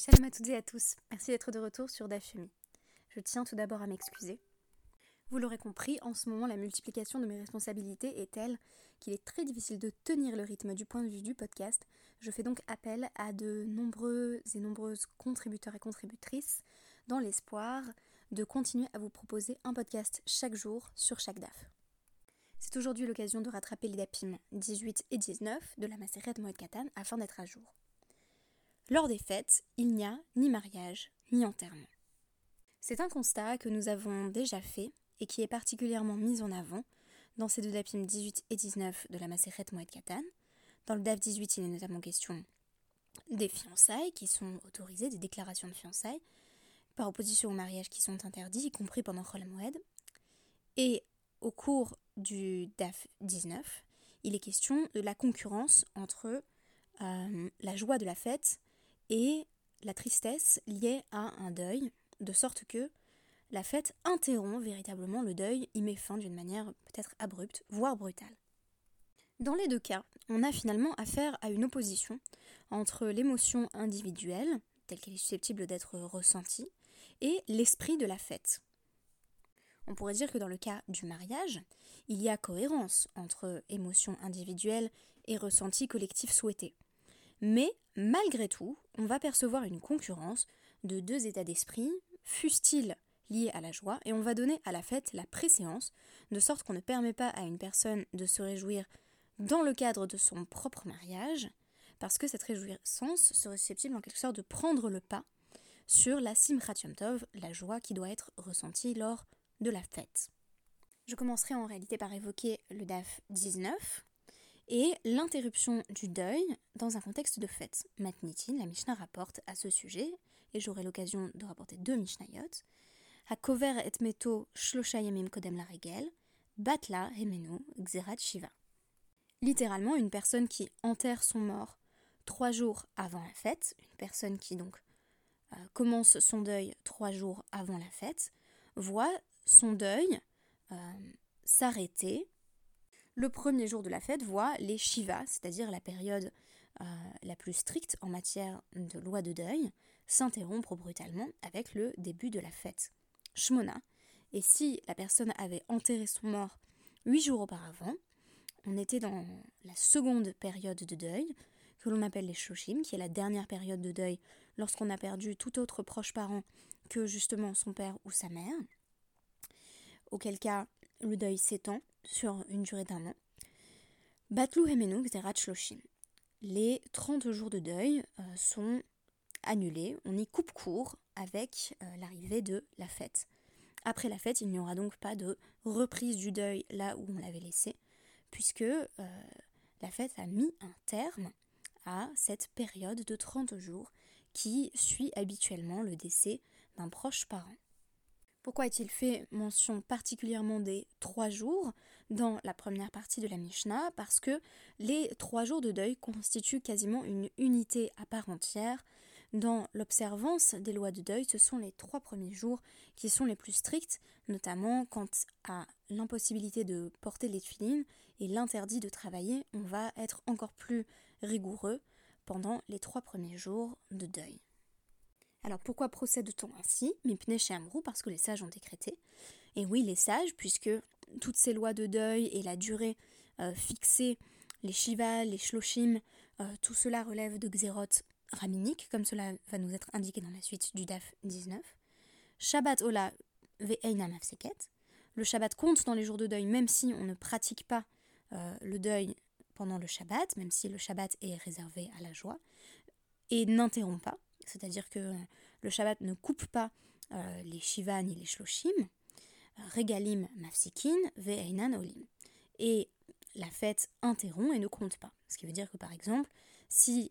Shalom à toutes et à tous, merci d'être de retour sur Daf Yomi. Je tiens tout d'abord à m'excuser. Vous l'aurez compris, en ce moment la multiplication de mes responsabilités est telle qu'il est très difficile de tenir le rythme du point de vue du podcast. Je fais donc appel à de nombreux et nombreuses contributeurs et contributrices dans l'espoir de continuer à vous proposer un podcast chaque jour sur chaque Daf. C'est aujourd'hui l'occasion de rattraper les Dapim 18 et 19 de la Maseret Moed Katan afin d'être à jour. Lors des fêtes, il n'y a ni mariage, ni enterrement. C'est un constat que nous avons déjà fait et qui est particulièrement mis en avant dans ces deux Dapim 18 et 19 de la Maseret Moed Katan. Dans le Daf 18, il est notamment question des fiançailles qui sont autorisées, des déclarations de fiançailles, par opposition aux mariages qui sont interdits, y compris pendant Chol HaMoed. Et au cours du Daf 19, il est question de la concurrence entre la joie de la fête et la tristesse liée à un deuil, de sorte que la fête interrompt véritablement le deuil, y met fin d'une manière peut-être abrupte, voire brutale. Dans les deux cas, on a finalement affaire à une opposition entre l'émotion individuelle, telle qu'elle est susceptible d'être ressentie, et l'esprit de la fête. On pourrait dire que dans le cas du mariage, il y a cohérence entre émotion individuelle et ressenti collectif souhaité. Mais malgré tout, on va percevoir une concurrence de deux états d'esprit, fussent-ils liés à la joie, et on va donner à la fête la préséance, de sorte qu'on ne permet pas à une personne de se réjouir dans le cadre de son propre mariage, parce que cette réjouissance serait susceptible en quelque sorte de prendre le pas sur la Simchat Yom Tov, la joie qui doit être ressentie lors de la fête. Je commencerai en réalité par évoquer le Daf 19, et l'interruption du deuil dans un contexte de fête. Matnitin, la Mishnah rapporte à ce sujet, et j'aurai l'occasion de rapporter deux Mishnayot, Hakover et meto shlosha yamim kodem la regel, batla hemenu gzerat shiva. Littéralement, une personne qui enterre son mort 3 jours avant la fête, une personne qui donc commence son deuil 3 jours avant la fête, voit son deuil s'arrêter. Le premier jour de la fête voit les Shiva, c'est-à-dire la période la plus stricte en matière de loi de deuil, s'interrompre brutalement avec le début de la fête. Shmona. Et si la personne avait enterré son mort 8 jours auparavant, on était dans la seconde période de deuil, que l'on appelle les Shoshim, qui est la dernière période de deuil lorsqu'on a perdu tout autre proche parent que justement son père ou sa mère, auquel cas le deuil s'étend sur une durée d'1 an. Batlu hemenu gzerat shloshim. Les 30 jours de deuil sont annulés, on y coupe court avec l'arrivée de la fête. Après la fête, il n'y aura donc pas de reprise du deuil là où on l'avait laissé, puisque la fête a mis un terme à cette période de 30 jours qui suit habituellement le décès d'un proche parent. Pourquoi est-il fait mention particulièrement des 3 jours dans la première partie de la Mishnah? Parce que les 3 jours de deuil constituent quasiment une unité à part entière. Dans l'observance des lois de deuil, ce sont les 3 premiers jours qui sont les plus stricts, notamment quant à l'impossibilité de porter les tefilines et l'interdit de travailler. On va être encore plus rigoureux pendant les 3 premiers jours de deuil. Alors pourquoi procède-t-on ainsi? Mipnei she'amrou, parce que les sages ont décrété. Et oui, les sages, puisque toutes ces lois de deuil et la durée fixée, les shiva, les shloshim, tout cela relève de xérot raminiques, comme cela va nous être indiqué dans la suite du Daf 19. Shabbat ola ve'eina mafseket. Le Shabbat compte dans les jours de deuil, même si on ne pratique pas le deuil pendant le Shabbat, même si le Shabbat est réservé à la joie, et n'interrompt pas. C'est-à-dire que le Shabbat ne coupe pas les Shiva ni les Shloshim, Regalim mafsikin ve'einan olim. Et la fête interrompt et ne compte pas. Ce qui veut dire que par exemple, si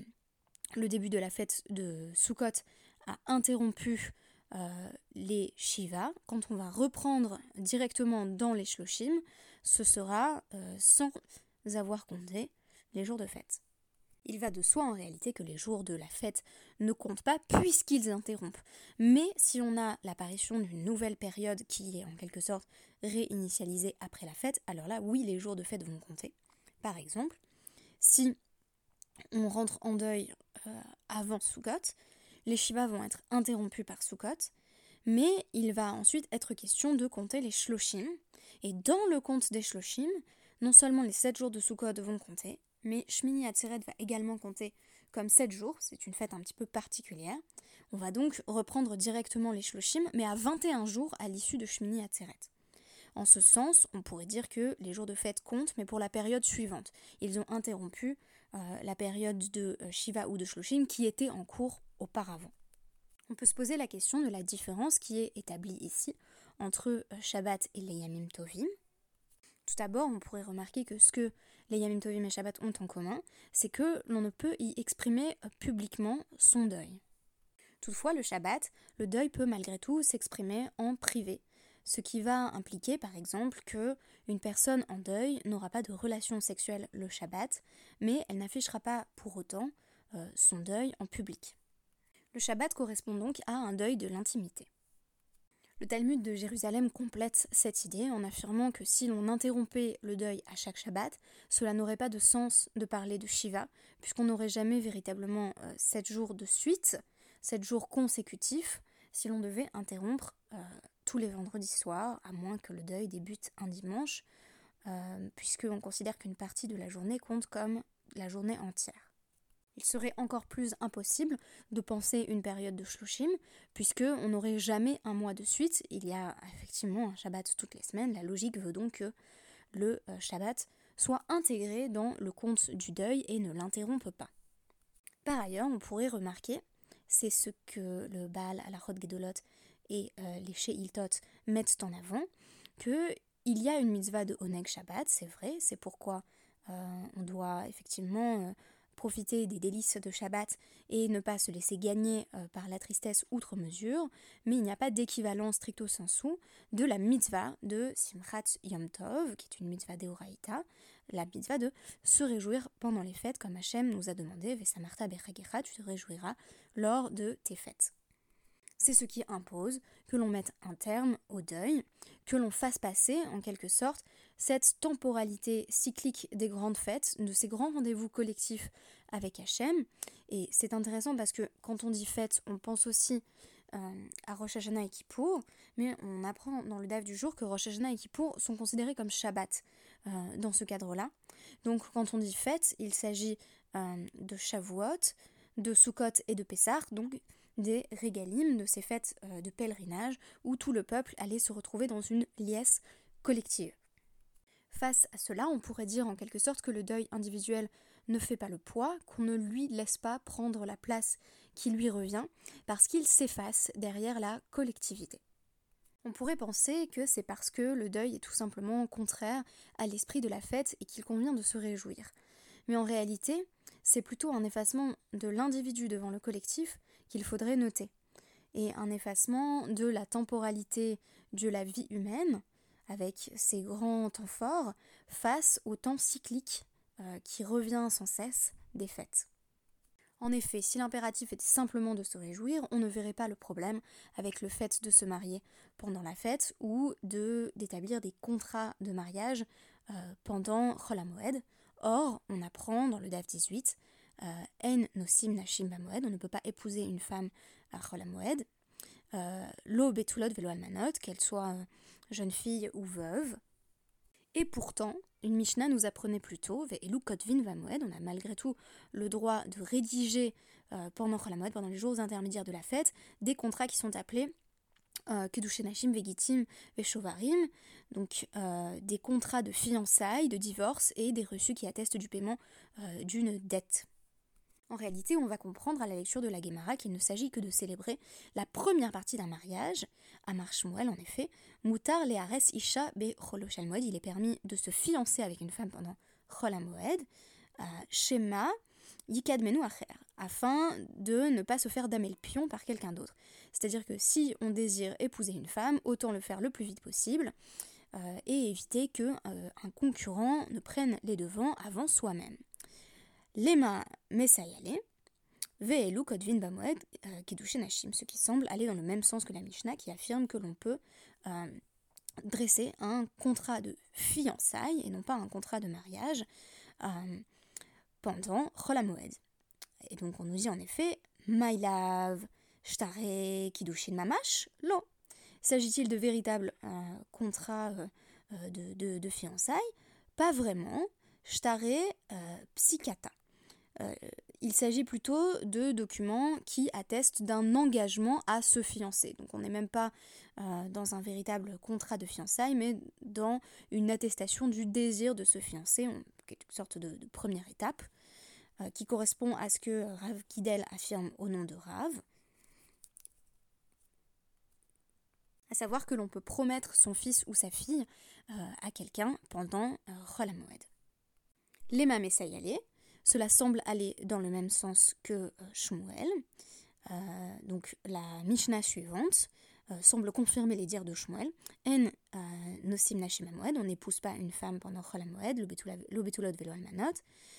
le début de la fête de Sukkot a interrompu les Shiva, quand on va reprendre directement dans les Shloshim, ce sera sans avoir compté les jours de fête. Il va de soi en réalité que les jours de la fête ne comptent pas puisqu'ils interrompent. Mais si on a l'apparition d'une nouvelle période qui est en quelque sorte réinitialisée après la fête, alors là, oui, les jours de fête vont compter. Par exemple, si on rentre en deuil avant Sukkot, les Shiva vont être interrompus par Sukkot, mais il va ensuite être question de compter les Shloshim. Et dans le compte des Shloshim, non seulement les 7 jours de Sukkot vont compter, mais Shmini Atzeret va également compter comme 7 jours, c'est une fête un petit peu particulière. On va donc reprendre directement les Shloshim, mais à 21 jours à l'issue de Shmini Atzeret. En ce sens, on pourrait dire que les jours de fête comptent, mais pour la période suivante. Ils ont interrompu la période de Shiva ou de Shloshim qui était en cours auparavant. On peut se poser la question de la différence qui est établie ici entre Shabbat et les Yamim Tovim. Tout d'abord, on pourrait remarquer que ce que les Yamim Tovim et Shabbat ont en commun, c'est que l'on ne peut y exprimer publiquement son deuil. Toutefois, le Shabbat, le deuil peut malgré tout s'exprimer en privé, ce qui va impliquer par exemple qu'une personne en deuil n'aura pas de relation sexuelle le Shabbat, mais elle n'affichera pas pour autant son deuil en public. Le Shabbat correspond donc à un deuil de l'intimité. Le Talmud de Jérusalem complète cette idée en affirmant que si l'on interrompait le deuil à chaque Shabbat, cela n'aurait pas de sens de parler de Shiva, puisqu'on n'aurait jamais véritablement 7 jours de suite, 7 jours consécutifs, si l'on devait interrompre tous les vendredis soirs, à moins que le deuil débute un dimanche, puisqu'on considère qu'une partie de la journée compte comme la journée entière. Il serait encore plus impossible de penser une période de Shloshim, puisqu'on n'aurait jamais un mois de suite. Il y a effectivement un Shabbat toutes les semaines. La logique veut donc que le Shabbat soit intégré dans le compte du deuil et ne l'interrompe pas. Par ailleurs, on pourrait remarquer, c'est ce que le Baal, Halachot Gedolot et les Sheiltot mettent en avant, qu'il y a une mitzvah de Oneg Shabbat, c'est vrai, c'est pourquoi on doit effectivement profiter des délices de Shabbat et ne pas se laisser gagner par la tristesse outre mesure, mais il n'y a pas d'équivalent stricto sensu de la mitzvah de Simchat Yom Tov, qui est une mitzvah d'Eoraïta, la mitzvah de se réjouir pendant les fêtes, comme Hachem nous a demandé, Vesamarta bechagecha, tu te réjouiras lors de tes fêtes. C'est ce qui impose que l'on mette un terme au deuil, que l'on fasse passer, en quelque sorte, cette temporalité cyclique des grandes fêtes, de ces grands rendez-vous collectifs avec Hachem. Et c'est intéressant parce que quand on dit fête, on pense aussi à Rosh Hashanah et Kippour, mais on apprend dans le DAF du jour que Rosh Hashanah et Kippour sont considérés comme Shabbat dans ce cadre-là. Donc quand on dit fête, il s'agit de Shavuot, de Sukkot et de Pessah, donc des régalim, de ces fêtes de pèlerinage où tout le peuple allait se retrouver dans une liesse collective. Face à cela, on pourrait dire en quelque sorte que le deuil individuel ne fait pas le poids, qu'on ne lui laisse pas prendre la place qui lui revient, parce qu'il s'efface derrière la collectivité. On pourrait penser que c'est parce que le deuil est tout simplement contraire à l'esprit de la fête et qu'il convient de se réjouir. Mais en réalité, c'est plutôt un effacement de l'individu devant le collectif qu'il faudrait noter, et un effacement de la temporalité de la vie humaine, avec ses grands temps forts, face au temps cyclique qui revient sans cesse des fêtes. En effet, si l'impératif était simplement de se réjouir, on ne verrait pas le problème avec le fait de se marier pendant la fête ou d'établir des contrats de mariage pendant Chol HaMoed. Or, on apprend dans le DAF 18, En nosim nashim bamoed, on ne peut pas épouser une femme à Chol HaMoed, lo betulot velo almanot, qu'elle soit jeune fille ou veuve. Et pourtant, une Mishnah nous apprenait plus tôt, ve'elu kotvin vamoed, on a malgré tout le droit de rédiger pendant Chol HaMoed, pendant les jours intermédiaires de la fête, des contrats qui sont appelés kedushe nashim vegitim veshovarim, donc des contrats de fiançailles, de divorce et des reçus qui attestent du paiement d'une dette. En réalité, on va comprendre à la lecture de la Gemara qu'il ne s'agit que de célébrer la première partie d'un mariage, à Amar Shmuel en effet, Mutar lehares isha be cholo shel moed, il est permis de se fiancer avec une femme pendant Chol HaMoed, Shema yikad menu acher, afin de ne pas se faire damer le pion par quelqu'un d'autre. C'est-à-dire que si on désire épouser une femme, autant le faire le plus vite possible et éviter qu'un concurrent ne prenne les devants avant soi-même. Lema mesayale, ve'elu kotvin bamoed kedushe nashim, ce qui semble aller dans le même sens que la Mishnah qui affirme que l'on peut dresser un contrat de fiançailles et non pas un contrat de mariage pendant Chol HaMoed. Et donc on nous dit en effet, my love, Shtare Kiddushin Mamash? Non. S'agit-il de véritables contrats de fiançailles? Pas vraiment. Shtare Psikata. Il s'agit plutôt de documents qui attestent d'un engagement à se fiancer. Donc on n'est même pas dans un véritable contrat de fiançailles, mais dans une attestation du désir de se fiancer, quelque sorte de première étape, qui correspond à ce que Rav Kidel affirme au nom de Rav, à savoir que l'on peut promettre son fils ou sa fille à quelqu'un pendant Chol HaMoed. Lema Messayale, cela semble aller dans le même sens que Shmuel. Donc la Mishnah suivante semble confirmer les dires de Shmuel. En nosim nashim hamoed, on n'épouse pas une femme pendant Chol HaMoed, lo betulot velo almanot,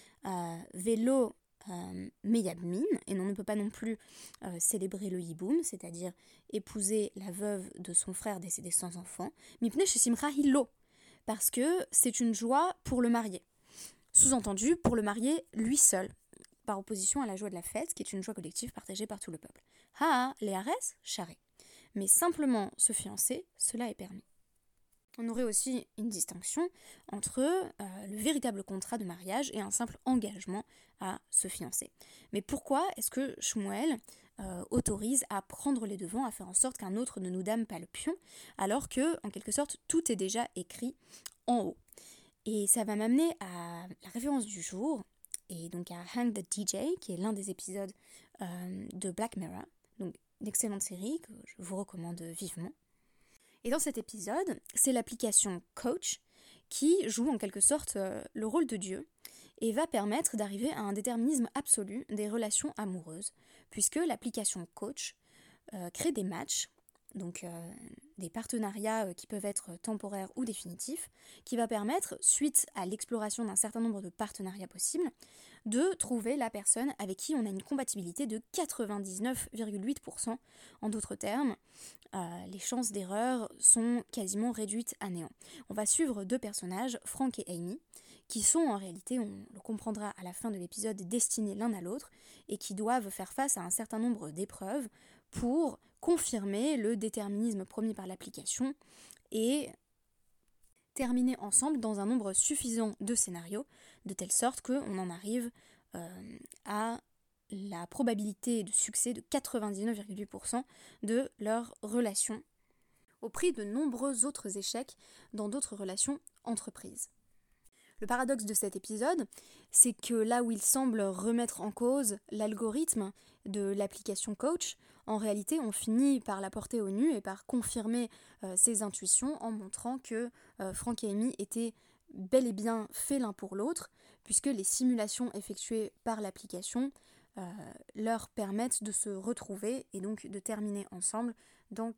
velo meyabmin, et on ne peut pas non plus célébrer le yiboum, c'est-à-dire épouser la veuve de son frère décédé sans enfant, mipne shesimcha hilo, parce que c'est une joie pour le marié. Sous-entendu, pour le marié lui seul, par opposition à la joie de la fête, qui est une joie collective partagée par tout le peuple. Ha, les hares, charé. Mais simplement se fiancer, cela est permis. On aurait aussi une distinction entre le véritable contrat de mariage et un simple engagement à se fiancer. Mais pourquoi est-ce que Shmuel autorise à prendre les devants, à faire en sorte qu'un autre ne nous dame pas le pion, alors que, en quelque sorte, tout est déjà écrit en haut? Et ça va m'amener à la référence du jour, et donc à Hang the DJ, qui est l'un des épisodes de Black Mirror, donc une excellente série que je vous recommande vivement. Et dans cet épisode, c'est l'application Coach qui joue en quelque sorte le rôle de Dieu et va permettre d'arriver à un déterminisme absolu des relations amoureuses, puisque l'application Coach crée des matchs, donc des partenariats qui peuvent être temporaires ou définitifs, qui va permettre, suite à l'exploration d'un certain nombre de partenariats possibles, de trouver la personne avec qui on a une compatibilité de 99,8%. En d'autres termes, les chances d'erreur sont quasiment réduites à néant. On va suivre deux personnages, Frank et Amy, qui sont en réalité, on le comprendra à la fin de l'épisode, destinés l'un à l'autre et qui doivent faire face à un certain nombre d'épreuves pour confirmer le déterminisme promis par l'application et terminer ensemble dans un nombre suffisant de scénarios, de telle sorte qu'on en arrive à la probabilité de succès de 99,8% de leur relation, au prix de nombreux autres échecs dans d'autres relations entreprises. Le paradoxe de cet épisode, c'est que là où il semble remettre en cause l'algorithme de l'application Coach, en réalité on finit par la porter au nu et par confirmer ses intuitions en montrant que Frank et Amy étaient bel et bien faits l'un pour l'autre, puisque les simulations effectuées par l'application leur permettent de se retrouver et donc de terminer ensemble dans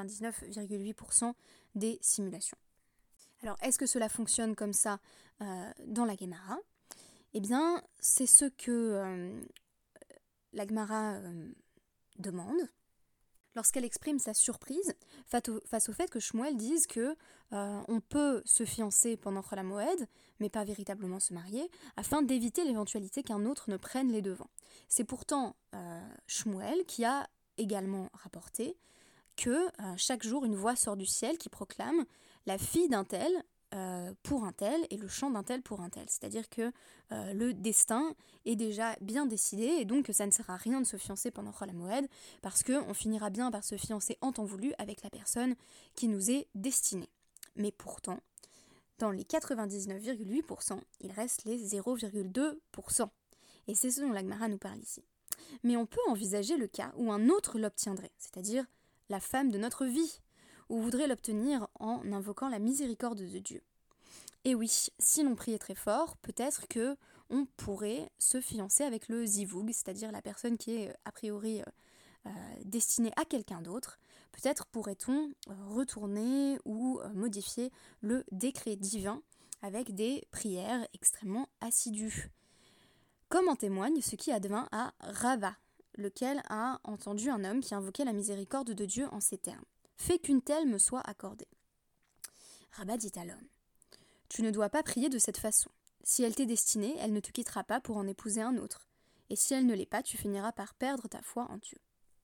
99,8% des simulations. Alors, est-ce que cela fonctionne comme ça dans la Gemara? Eh bien, c'est ce que la Gemara demande lorsqu'elle exprime sa surprise face au fait que Shmuel dise que on peut se fiancer pendant Chol HaMoed, mais pas véritablement se marier, afin d'éviter l'éventualité qu'un autre ne prenne les devants. C'est pourtant Shmuel qui a également rapporté que chaque jour une voix sort du ciel qui proclame la fille d'un tel pour un tel et le chant d'un tel pour un tel. C'est-à-dire que le destin est déjà bien décidé et donc ça ne sert à rien de se fiancer pendant Chol HaMoed parce qu'on finira bien par se fiancer en temps voulu avec la personne qui nous est destinée. Mais pourtant, dans les 99,8%, il reste les 0,2%. Et c'est ce dont la Gemara nous parle ici. Mais on peut envisager le cas où un autre l'obtiendrait, c'est-à-dire la femme de notre vie, ou voudrait l'obtenir en invoquant la miséricorde de Dieu. Et oui, si l'on priait très fort, peut-être que on pourrait se fiancer avec le zivug, c'est-à-dire la personne qui est a priori destinée à quelqu'un d'autre. Peut-être pourrait-on retourner ou modifier le décret divin avec des prières extrêmement assidues. Comme en témoigne ce qui advint à Rava, lequel a entendu un homme qui invoquait la miséricorde de Dieu en ces termes. « Fais qu'une telle me soit accordée. » Rava dit à l'homme, « Tu ne dois pas prier de cette façon. Si elle t'est destinée, elle ne te quittera pas pour en épouser un autre. Et si elle ne l'est pas, tu finiras par perdre ta foi en Dieu. »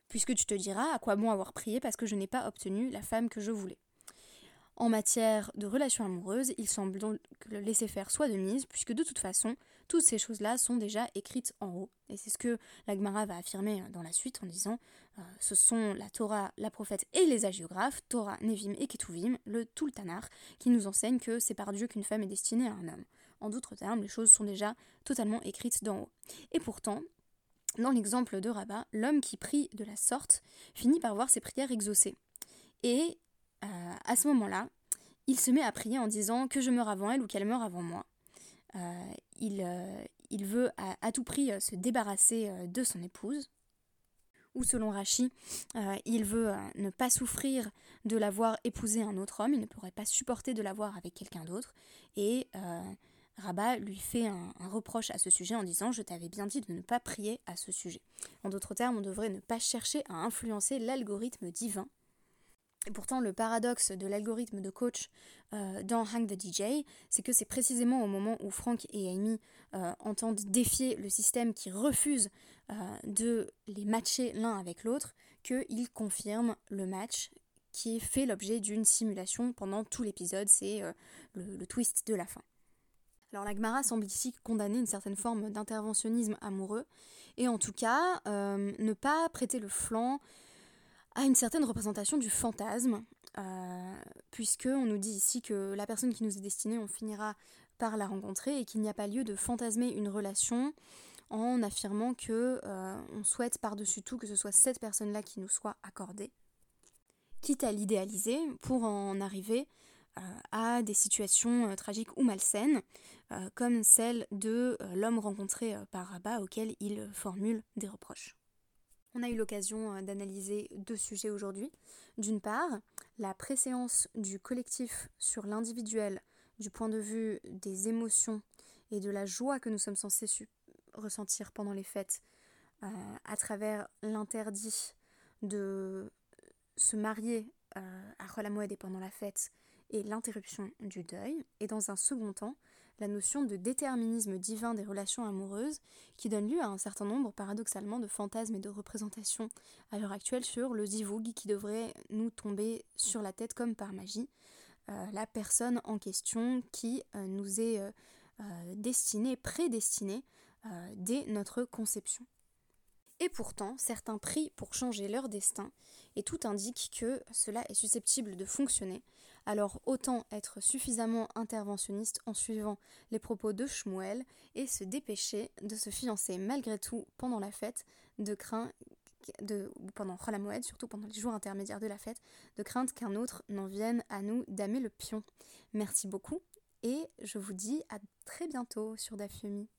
puisque tu te diras à quoi bon avoir prié parce que je n'ai pas obtenu la femme que je voulais. En matière de relations amoureuses, il semble donc que le laisser-faire soit de mise, puisque de toute façon, toutes ces choses-là sont déjà écrites en haut. Et c'est ce que la Gemara va affirmer dans la suite en disant ce sont la Torah, la prophète et les hagiographes, Torah, Nevim et Ketuvim, tout le Tanakh, qui nous enseignent que c'est par Dieu qu'une femme est destinée à un homme. En d'autres termes, les choses sont déjà totalement écrites d'en haut. Et pourtant, dans l'exemple de Rabat, l'homme qui prie de la sorte finit par voir ses prières exaucées. Et à ce moment-là, il se met à prier en disant que je meure avant elle ou qu'elle meure avant moi. Il veut à tout prix se débarrasser de son épouse. Ou selon Rashi, il veut ne pas souffrir de l'avoir épousé un autre homme, il ne pourrait pas supporter de l'avoir avec quelqu'un d'autre. Et Rabat lui fait un reproche à ce sujet en disant « Je t'avais bien dit de ne pas prier à ce sujet ». En d'autres termes, on devrait ne pas chercher à influencer l'algorithme divin. Et pourtant, le paradoxe de l'algorithme de coach dans Hang the DJ, c'est que c'est précisément au moment où Frank et Amy entendent défier le système qui refuse de les matcher l'un avec l'autre, qu'ils confirment le match qui fait l'objet d'une simulation pendant tout l'épisode. C'est le twist de la fin. Alors la Gemara semble ici condamner une certaine forme d'interventionnisme amoureux, et en tout cas ne pas prêter le flanc à une certaine représentation du fantasme, puisque on nous dit ici que la personne qui nous est destinée, on finira par la rencontrer et qu'il n'y a pas lieu de fantasmer une relation en affirmant que on souhaite par-dessus tout que ce soit cette personne-là qui nous soit accordée, quitte à l'idéaliser pour en arriver à des situations tragiques ou malsaines, comme celle de l'homme rencontré par Rabat auquel il formule des reproches. On a eu l'occasion d'analyser deux sujets aujourd'hui. D'une part, la préséance du collectif sur l'individuel du point de vue des émotions et de la joie que nous sommes censés ressentir pendant les fêtes à travers l'interdit de se marier à Chol HaMoed et pendant la fête et l'interruption du deuil. Et dans un second temps, la notion de déterminisme divin des relations amoureuses qui donne lieu à un certain nombre, paradoxalement, de fantasmes et de représentations à l'heure actuelle sur le zivug qui devrait nous tomber sur la tête comme par magie, la personne en question qui nous est prédestinée dès notre conception. Et pourtant, certains prient pour changer leur destin, et tout indique que cela est susceptible de fonctionner. Alors autant être suffisamment interventionniste en suivant les propos de Shmuel et se dépêcher de se fiancer malgré tout pendant la fête, pendant Chol HaMoed, surtout pendant les jours intermédiaires de la fête, de crainte qu'un autre n'en vienne à nous damer le pion. Merci beaucoup, et je vous dis à très bientôt sur Daf Yomi.